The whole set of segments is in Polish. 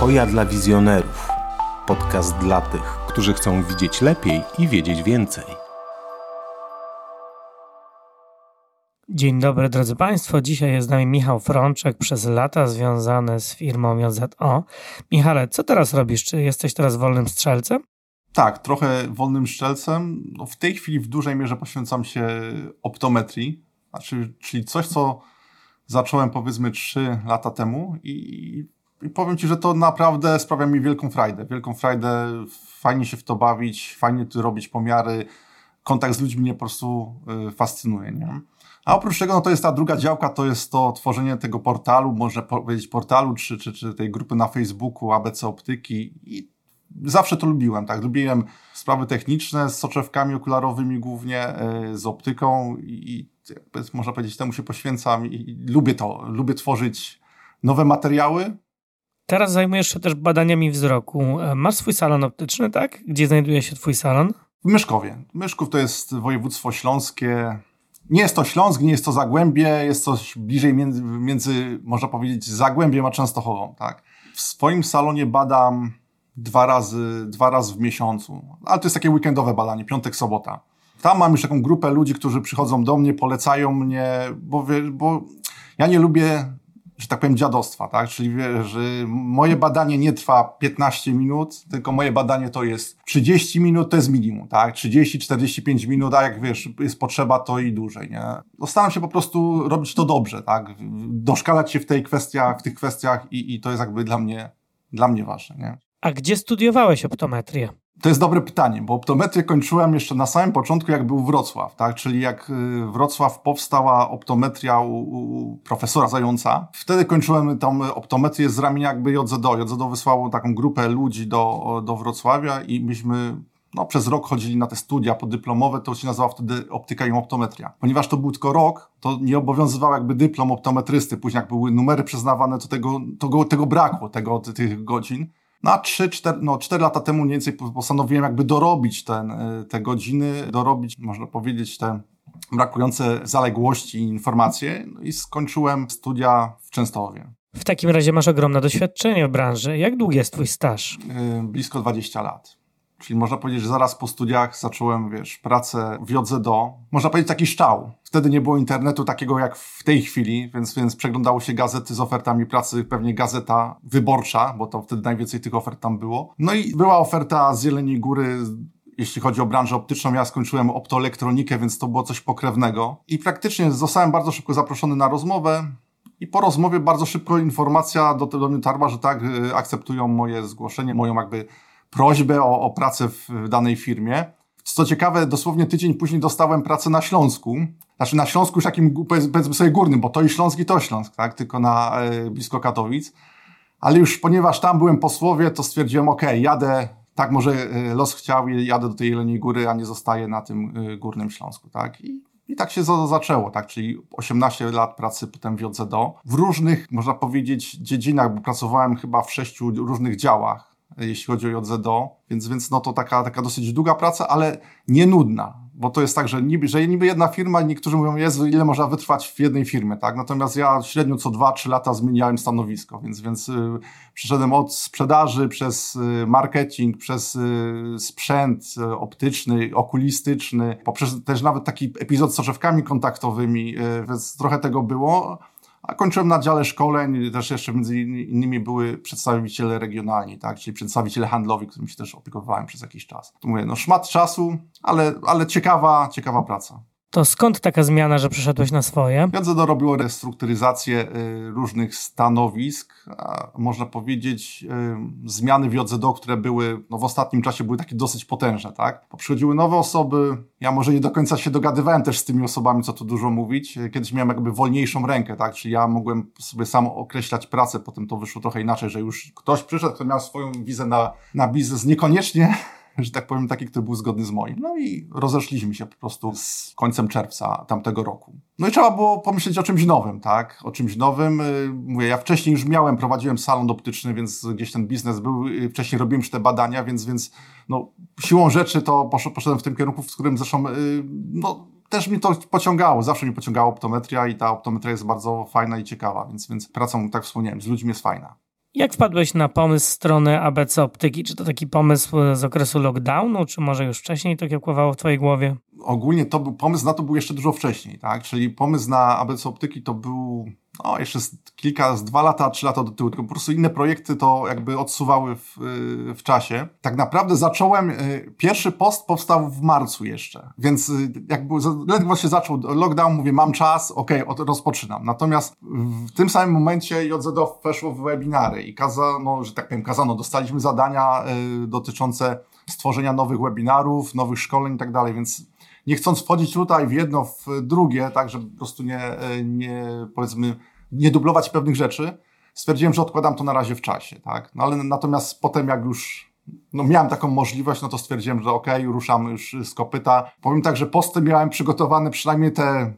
Oja dla wizjonerów. Podcast dla tych, którzy chcą widzieć lepiej i wiedzieć więcej. Dzień dobry drodzy Państwo, dzisiaj jest z nami Michał Frączek, przez lata związany z firmą JZO. Michale, co teraz robisz? Czy jesteś teraz wolnym strzelcem? Tak, trochę wolnym strzelcem. No w tej chwili w dużej mierze poświęcam się optometrii, czyli coś, co zacząłem powiedzmy 3 lata temu i powiem Ci, że to naprawdę sprawia mi wielką frajdę, fajnie się w to bawić, fajnie tu robić pomiary, kontakt z ludźmi mnie po prostu fascynuje, nie? A oprócz tego, no to jest ta druga działka, to jest to tworzenie tego portalu, można powiedzieć portalu, czy tej grupy na Facebooku ABC Optyki i zawsze to lubiłem, tak? Lubiłem sprawy techniczne z soczewkami okularowymi głównie, z optyką i można powiedzieć, temu się poświęcam i lubię tworzyć nowe materiały. Teraz zajmujesz się też badaniami wzroku. Masz swój salon optyczny, tak? Gdzie znajduje się twój salon? W Myszkowie. Myszków to jest województwo śląskie. Nie jest to Śląsk, nie jest to Zagłębie, jest coś bliżej między można powiedzieć, Zagłębiem a Częstochową, tak? W swoim salonie badam dwa razy w miesiącu, ale to jest takie weekendowe badanie, piątek, sobota. Tam mam już taką grupę ludzi, którzy przychodzą do mnie, polecają mnie, bo ja nie lubię, że tak powiem, dziadostwa, tak? Czyli wiesz, że moje badanie nie trwa 15 minut, tylko moje badanie to jest 30 minut, to jest minimum, tak? 30-45 minut, a jak wiesz, jest potrzeba, to i dłużej, nie? Staram się po prostu robić to dobrze, tak? Doszkalać się w tych kwestiach i to jest jakby dla mnie ważne, nie? A gdzie studiowałeś optometrię? To jest dobre pytanie, bo optometrię kończyłem jeszcze na samym początku, jak był Wrocław, tak? Czyli jak Wrocław powstała optometria u profesora Zająca. Wtedy kończyłem tą optometrię z ramienia jakby JZO. JZO wysłało taką grupę ludzi do Wrocławia i myśmy przez rok chodzili na te studia podyplomowe, to się nazywało wtedy optyka i optometria. Ponieważ to był tylko rok, to nie obowiązywał jakby dyplom optometrysty. Później jak były numery przyznawane, to tego brakło, tych godzin. Na 4 lata temu mniej więcej postanowiłem jakby dorobić te godziny, dorobić, można powiedzieć, te brakujące zaległości i informacje i skończyłem studia w Częstochowie. W takim razie masz ogromne doświadczenie w branży. Jak długi jest twój staż? Blisko 20 lat. Czyli można powiedzieć, że zaraz po studiach zacząłem, pracę w JZO. Można powiedzieć taki szczał. Wtedy nie było internetu takiego jak w tej chwili, więc przeglądało się gazety z ofertami pracy, pewnie Gazeta Wyborcza, bo to wtedy najwięcej tych ofert tam było. No i była oferta z Jeleniej Góry, jeśli chodzi o branżę optyczną. Ja skończyłem optoelektronikę, więc to było coś pokrewnego. I praktycznie zostałem bardzo szybko zaproszony na rozmowę. I po rozmowie bardzo szybko informacja do mnie dotarła, że tak, akceptują moje zgłoszenie, moją jakby prośbę o pracę w danej firmie. Co ciekawe, dosłownie tydzień później dostałem pracę na Śląsku. Znaczy na Śląsku już takim, powiedzmy sobie, górnym, bo to i Śląsk, tak? Tylko blisko Katowic. Ale już ponieważ tam byłem po słowie, to stwierdziłem, jadę, tak może los chciał, jadę do tej Jeleniej Góry, a nie zostaję na tym górnym Śląsku, tak? I tak się zaczęło, tak? Czyli 18 lat pracy potem w JZO. W różnych, można powiedzieć, dziedzinach, bo pracowałem chyba w 6 różnych działach, jeśli chodzi o JZO, więc to taka dosyć długa praca, ale nie nudna, bo to jest tak, że niby jedna firma, niektórzy mówią, Jezu, ile można wytrwać w jednej firmie, tak? Natomiast ja średnio co 2-3 lata zmieniałem stanowisko, więc przeszedłem od sprzedaży przez marketing, przez sprzęt optyczny, okulistyczny, poprzez też nawet taki epizod z soczewkami kontaktowymi, więc trochę tego było. A kończyłem na dziale szkoleń, też jeszcze między innymi były przedstawiciele regionalni, tak? Czyli przedstawiciele handlowi, którymi się też opiekowałem przez jakiś czas. To mówię, szmat czasu, ale ciekawa praca. To skąd taka zmiana, że przeszedłeś na swoje? JZO robiło restrukturyzację różnych stanowisk, a można powiedzieć zmiany w JZO, które były w ostatnim czasie były takie dosyć potężne, tak? Bo przychodziły nowe osoby, ja może nie do końca się dogadywałem też z tymi osobami, co tu dużo mówić. Kiedyś miałem jakby wolniejszą rękę, tak? Czyli ja mogłem sobie sam określać pracę, potem to wyszło trochę inaczej, że już ktoś przyszedł, kto miał swoją wizję na biznes, niekoniecznie że tak powiem, taki, który był zgodny z moim. No i rozeszliśmy się po prostu z końcem czerwca tamtego roku. No i trzeba było pomyśleć o czymś nowym, tak? O czymś nowym. Mówię, ja wcześniej już prowadziłem salon optyczny, więc gdzieś ten biznes był. Wcześniej robiłem już te badania, więc siłą rzeczy to poszedłem w tym kierunku, w którym zresztą też mnie to pociągało. Zawsze mnie pociągała optometria i ta optometria jest bardzo fajna i ciekawa, więc praca, tak wspomniałem, z ludźmi jest fajna. Jak wpadłeś na pomysł strony ABC Optyki? Czy to taki pomysł z okresu lockdownu, czy może już wcześniej to kiełkowało w twojej głowie? Ogólnie pomysł na to był jeszcze dużo wcześniej, tak? Czyli pomysł na ABC Optyki to był jeszcze z 2 lata, 3 lata do tyłu, tylko po prostu inne projekty to jakby odsuwały w czasie. Tak naprawdę pierwszy post powstał w marcu jeszcze, więc jakby ledwo się zaczął lockdown, mówię, mam czas, rozpoczynam. Natomiast w tym samym momencie JZO weszło w webinary i dostaliśmy zadania dotyczące stworzenia nowych webinarów, nowych szkoleń i tak dalej, więc nie chcąc wchodzić tutaj w jedno, w drugie, tak, żeby po prostu nie dublować pewnych rzeczy, stwierdziłem, że odkładam to na razie w czasie, tak. No ale natomiast potem jak już miałem taką możliwość, to stwierdziłem, że ruszamy już z kopyta. Powiem tak, że posty miałem przygotowane przynajmniej te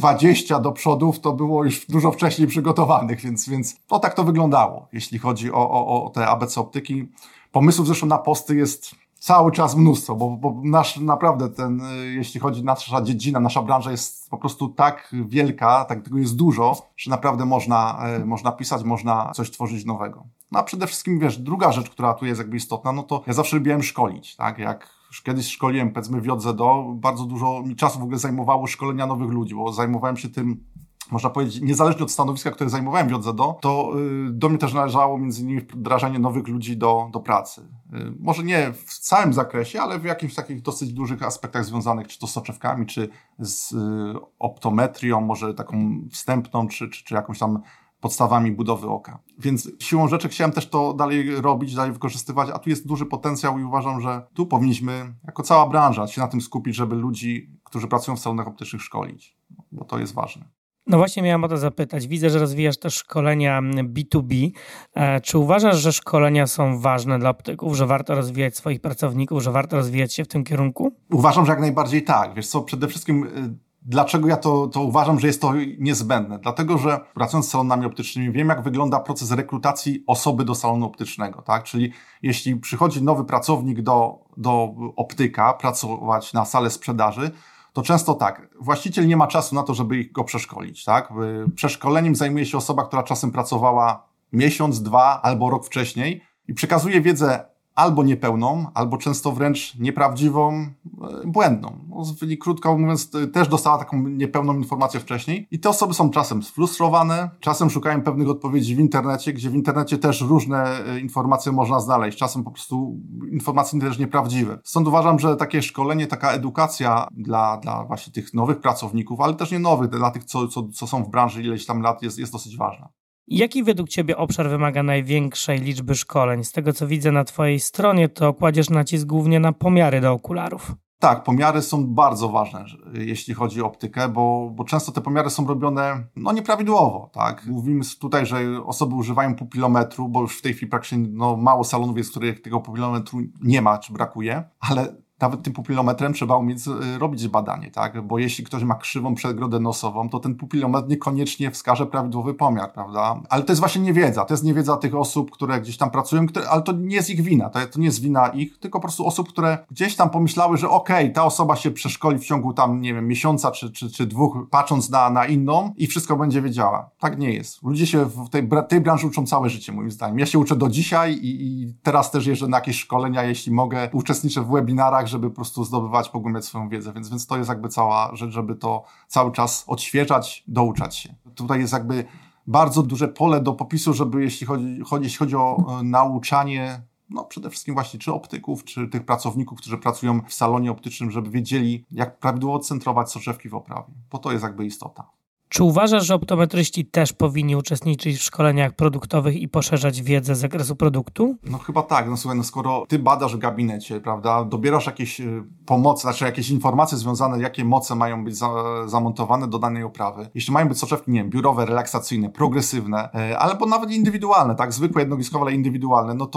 20 do przodów, to było już dużo wcześniej przygotowanych, więc tak to wyglądało, jeśli chodzi o te ABC Optyki. Pomysłów zresztą na posty jest cały czas mnóstwo, bo naprawdę jeśli chodzi nasza dziedzina, nasza branża jest po prostu tak wielka, tego jest dużo, że naprawdę można pisać, można coś tworzyć nowego. No a przede wszystkim, druga rzecz, która tu jest jakby istotna, to ja zawsze lubiłem szkolić, tak? Jak już kiedyś szkoliłem, powiedzmy w JZO, bardzo dużo mi czasu w ogóle zajmowało szkolenia nowych ludzi, bo zajmowałem się tym, można powiedzieć, niezależnie od stanowiska, które zajmowałem w JZO, to do mnie też należało między innymi wdrażanie nowych ludzi do pracy. Może nie w całym zakresie, ale w jakimś takich dosyć dużych aspektach związanych czy to z soczewkami, czy z optometrią, może taką wstępną, czy jakąś tam podstawami budowy oka. Więc siłą rzeczy chciałem też to dalej robić, dalej wykorzystywać, a tu jest duży potencjał i uważam, że tu powinniśmy, jako cała branża, się na tym skupić, żeby ludzi, którzy pracują w salonach optycznych, szkolić, bo to jest ważne. No właśnie miałem o to zapytać. Widzę, że rozwijasz też szkolenia B2B. Czy uważasz, że szkolenia są ważne dla optyków, że warto rozwijać swoich pracowników, że warto rozwijać się w tym kierunku? Uważam, że jak najbardziej tak. Wiesz co, przede wszystkim dlaczego ja to uważam, że jest to niezbędne? Dlatego, że pracując z salonami optycznymi wiem, jak wygląda proces rekrutacji osoby do salonu optycznego, tak? Czyli jeśli przychodzi nowy pracownik do optyka pracować na salę sprzedaży, to często tak, właściciel nie ma czasu na to, żeby go przeszkolić, tak? Przeszkoleniem zajmuje się osoba, która czasem pracowała miesiąc, 2 albo rok wcześniej i przekazuje wiedzę albo niepełną, albo często wręcz nieprawdziwą, błędną. Krótko mówiąc, też dostała taką niepełną informację wcześniej i te osoby są czasem sfrustrowane, czasem szukają pewnych odpowiedzi w internecie, gdzie w internecie też różne informacje można znaleźć, czasem po prostu informacje też nieprawdziwe. Stąd uważam, że takie szkolenie, taka edukacja dla właśnie tych nowych pracowników, ale też nie nowych, dla tych, co są w branży ileś tam lat, jest dosyć ważna. Jaki według Ciebie obszar wymaga największej liczby szkoleń? Z tego, co widzę na Twojej stronie, to kładziesz nacisk głównie na pomiary do okularów. Tak, pomiary są bardzo ważne, jeśli chodzi o optykę, bo często te pomiary są robione nieprawidłowo, tak? Mówimy tutaj, że osoby używają pupilometru, bo już w tej chwili praktycznie mało salonów jest, w których tego pupilometru nie ma, czy brakuje, ale nawet tym pupilometrem trzeba umieć robić badanie, tak? Bo jeśli ktoś ma krzywą przegrodę nosową, to ten pupilometr niekoniecznie wskaże prawidłowy pomiar, prawda? Ale to jest właśnie niewiedza. To jest niewiedza tych osób, które gdzieś tam pracują, ale to nie jest ich wina. To nie jest wina ich, tylko po prostu osób, które gdzieś tam pomyślały, że ta osoba się przeszkoli w ciągu tam, nie wiem, miesiąca czy 2, patrząc na inną i wszystko będzie wiedziała. Tak nie jest. Ludzie się w tej branży uczą całe życie, moim zdaniem. Ja się uczę do dzisiaj i teraz też jeżdżę na jakieś szkolenia, jeśli mogę, uczestniczę w webinarach, żeby po prostu zdobywać, pogłębiać swoją wiedzę, więc to jest jakby cała rzecz, żeby to cały czas odświeżać, douczać się. Tutaj jest jakby bardzo duże pole do popisu, żeby jeśli chodzi o nauczanie, przede wszystkim właśnie czy optyków, czy tych pracowników, którzy pracują w salonie optycznym, żeby wiedzieli, jak prawidłowo centrować soczewki w oprawie, bo to jest jakby istota. Czy uważasz, że optometryści też powinni uczestniczyć w szkoleniach produktowych i poszerzać wiedzę z zakresu produktu? Chyba tak. Słuchaj, skoro ty badasz w gabinecie, prawda, dobierasz jakieś pomoce, jakieś informacje związane, jakie moce mają być zamontowane do danej oprawy. Jeśli mają być soczewki, nie wiem, biurowe, relaksacyjne, progresywne, albo nawet indywidualne, tak, zwykłe jednogwiskowe, ale indywidualne, to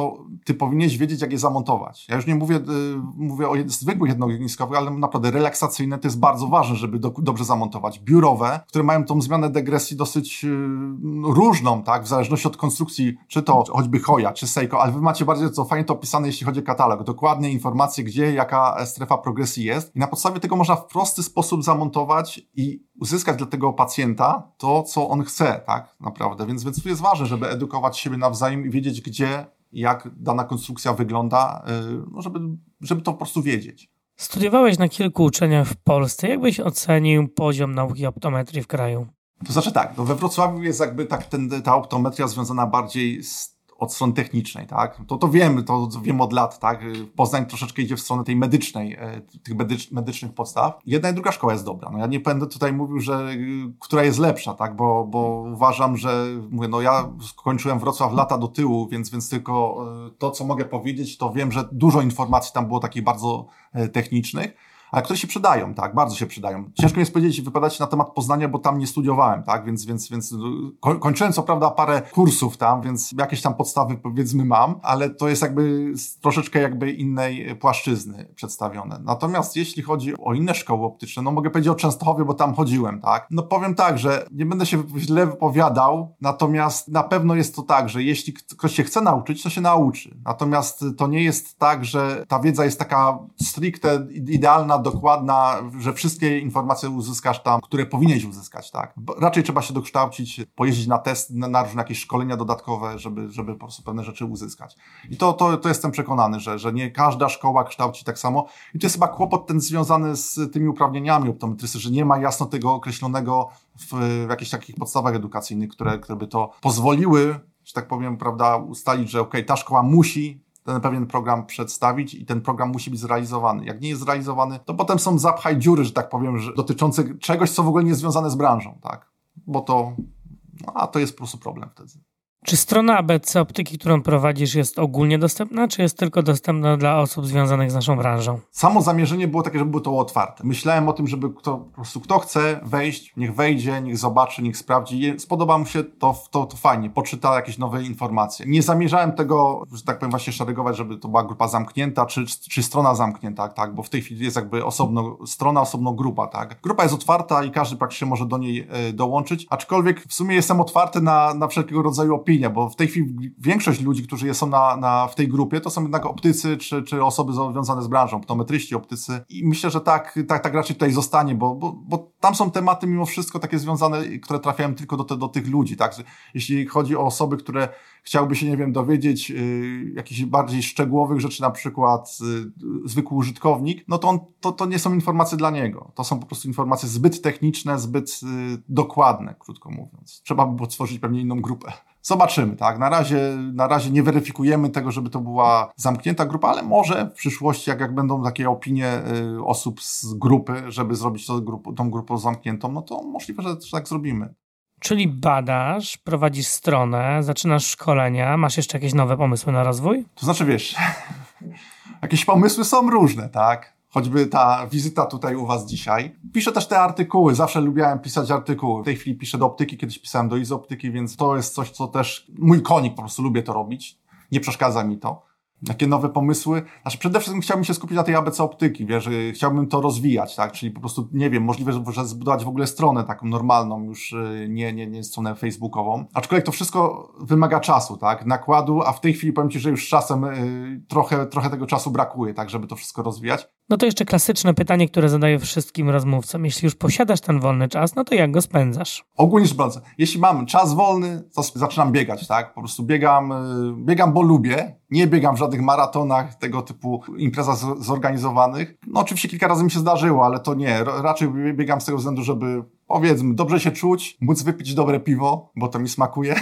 ty powinieneś wiedzieć, jak je zamontować. Ja już nie mówię o zwykłych jednoogniskowych, ale naprawdę relaksacyjne to jest bardzo ważne, żeby dobrze zamontować. Biurowe, które mają tą zmianę degresji dosyć różną, tak, w zależności od konstrukcji, czy to choćby Hoya, czy Seiko, ale wy macie bardziej fajnie to opisane, jeśli chodzi o katalog. Dokładnie informacje, gdzie, jaka strefa progresji jest i na podstawie tego można w prosty sposób zamontować i uzyskać dla tego pacjenta to, co on chce, tak, naprawdę. Więc tu jest ważne, żeby edukować siebie nawzajem i wiedzieć, gdzie, jak dana konstrukcja wygląda, żeby to po prostu wiedzieć. Studiowałeś na kilku uczelniach w Polsce. Jak byś ocenił poziom nauki optometrii w kraju? To znaczy tak, we Wrocławiu jest jakby tak ta optometria związana bardziej od strony technicznej, tak? To wiem od lat, tak? Poznań troszeczkę idzie w stronę tej medycznej, tych medycznych podstaw. Jedna i druga szkoła jest dobra. No ja nie będę tutaj mówił, że która jest lepsza, tak? Bo uważam, że ja skończyłem Wrocław lata do tyłu, więc tylko to, co mogę powiedzieć, to wiem, że dużo informacji tam było takich bardzo technicznych, ale które się przydają, tak, bardzo się przydają. Ciężko mi jest powiedzieć, wypowiadać na temat Poznania, bo tam nie studiowałem, tak, więc kończyłem co prawda parę kursów tam, więc jakieś tam podstawy powiedzmy mam, ale to jest jakby z troszeczkę jakby innej płaszczyzny przedstawione. Natomiast jeśli chodzi o inne szkoły optyczne, no mogę powiedzieć o Częstochowie, bo tam chodziłem, tak, no powiem tak, że nie będę się źle wypowiadał, natomiast na pewno jest to tak, że jeśli ktoś się chce nauczyć, to się nauczy. Natomiast to nie jest tak, że ta wiedza jest taka stricte idealna, dokładna, że wszystkie informacje uzyskasz tam, które powinieneś uzyskać, tak? Raczej trzeba się dokształcić, pojeździć na test, na różne jakieś szkolenia dodatkowe, żeby po prostu pewne rzeczy uzyskać. I to jestem przekonany, że nie każda szkoła kształci tak samo. I to jest chyba kłopot ten związany z tymi uprawnieniami optometrysty, że nie ma jasno tego określonego w jakichś takich podstawach edukacyjnych, które by to pozwoliły, że tak powiem, prawda, ustalić, że ta szkoła musi ten pewien program przedstawić i ten program musi być zrealizowany. Jak nie jest zrealizowany, to potem są zapchaj dziury, że tak powiem, dotyczące czegoś, co w ogóle nie jest związane z branżą, tak? Bo to jest po prostu problem wtedy. Czy strona ABC Optyki, którą prowadzisz, jest ogólnie dostępna, czy jest tylko dostępna dla osób związanych z naszą branżą? Samo zamierzenie było takie, żeby było to otwarte. Myślałem o tym, żeby kto chce wejść, niech wejdzie, niech zobaczy, niech sprawdzi. Spodoba mu się to fajnie, poczyta jakieś nowe informacje. Nie zamierzałem tego, że tak powiem, właśnie szeregować, żeby to była grupa zamknięta, czy strona zamknięta, tak? Bo w tej chwili jest jakby osobno strona, osobno grupa, tak? Grupa jest otwarta i każdy praktycznie może do niej dołączyć, aczkolwiek w sumie jestem otwarty na wszelkiego rodzaju opinie, bo w tej chwili większość ludzi, którzy są w tej grupie, to są jednak optycy, czy osoby związane z branżą, optometryści, optycy i myślę, że tak raczej tutaj zostanie, bo tam są tematy mimo wszystko takie związane, które trafiają tylko do tych ludzi, tak? Jeśli chodzi o osoby, które chciałby się, nie wiem, dowiedzieć jakichś bardziej szczegółowych rzeczy, na przykład zwykły użytkownik, no to nie są informacje dla niego. To są po prostu informacje zbyt techniczne, zbyt dokładne, krótko mówiąc. Trzeba by było stworzyć pewnie inną grupę. Zobaczymy, tak? Na razie nie weryfikujemy tego, żeby to była zamknięta grupa, ale może w przyszłości, jak będą takie opinie osób z grupy, żeby zrobić tą grupą zamkniętą, no to możliwe, że tak zrobimy. Czyli badasz, prowadzisz stronę, zaczynasz szkolenia, masz jeszcze jakieś nowe pomysły na rozwój? To znaczy, wiesz, jakieś pomysły są różne, tak? Choćby ta wizyta tutaj u was dzisiaj. Piszę też te artykuły, zawsze lubiłem pisać artykuły. W tej chwili piszę do optyki, kiedyś pisałem do izooptyki, więc to jest coś, co też mój konik, po prostu lubię to robić. Nie przeszkadza mi to. Jakie nowe pomysły? Znaczy przede wszystkim chciałbym się skupić na tej ABC Optyki, wiesz, chciałbym to rozwijać, tak, czyli po prostu, nie wiem, możliwe, że zbudować w ogóle stronę taką normalną, już nie stronę facebookową. Aczkolwiek to wszystko wymaga czasu, tak, nakładu, a w tej chwili powiem ci, że już czasem trochę tego czasu brakuje, tak, żeby to wszystko rozwijać. No to jeszcze klasyczne pytanie, które zadaję wszystkim rozmówcom. Jeśli już posiadasz ten wolny czas, no to jak go spędzasz? Ogólnie rzecz biorąc, jeśli mam czas wolny, to zaczynam biegać, tak? Po prostu biegam, bo lubię. Nie biegam w żadnych maratonach, tego typu imprezach zorganizowanych. No oczywiście kilka razy mi się zdarzyło, ale to nie. Raczej biegam z tego względu, żeby, powiedzmy, dobrze się czuć, móc wypić dobre piwo, bo to mi smakuje.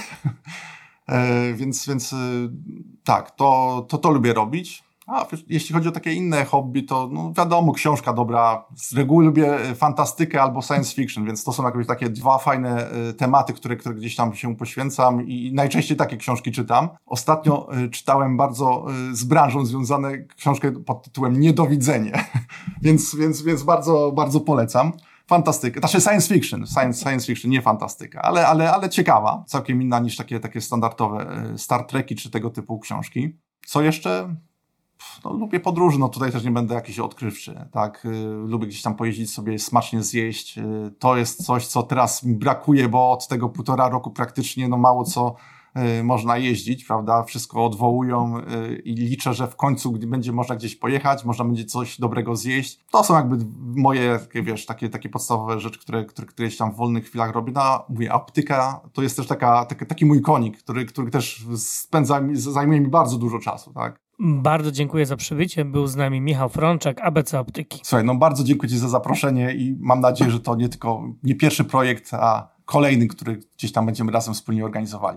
Więc tak, to lubię robić. A jeśli chodzi o takie inne hobby, to no wiadomo, książka dobra. Z reguły lubię fantastykę albo science fiction, więc to są jakieś takie dwa fajne tematy, które gdzieś tam się poświęcam i najczęściej takie książki czytam. Ostatnio czytałem bardzo z branżą związane książkę pod tytułem Niedowidzenie, więc bardzo, bardzo polecam. Fantastyka, znaczy science fiction, nie fantastyka, ale ciekawa, całkiem inna niż takie standardowe Star Treki czy tego typu książki. Co jeszcze? Lubię podróże, tutaj też nie będę jakiś odkrywczy, tak? Lubię gdzieś tam pojeździć sobie, smacznie zjeść. To jest coś, co teraz mi brakuje, bo od tego 1,5 roku praktycznie mało co można jeździć, prawda? Wszystko odwołują i liczę, że w końcu, gdy będzie można gdzieś pojechać, można będzie coś dobrego zjeść. To są jakby moje, takie podstawowe rzeczy, które gdzieś tam w wolnych chwilach robię. Mówię, optyka to jest też taki mój konik, który też zajmuje mi bardzo dużo czasu, tak? Bardzo dziękuję za przybycie. Był z nami Michał Frączek, ABC Optyki. Słuchaj, bardzo dziękuję Ci za zaproszenie i mam nadzieję, że to nie pierwszy projekt, a kolejny, który gdzieś tam będziemy razem wspólnie organizowali.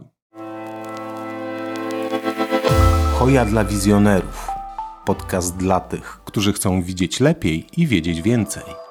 Hoja dla wizjonerów. Podcast dla tych, którzy chcą widzieć lepiej i wiedzieć więcej.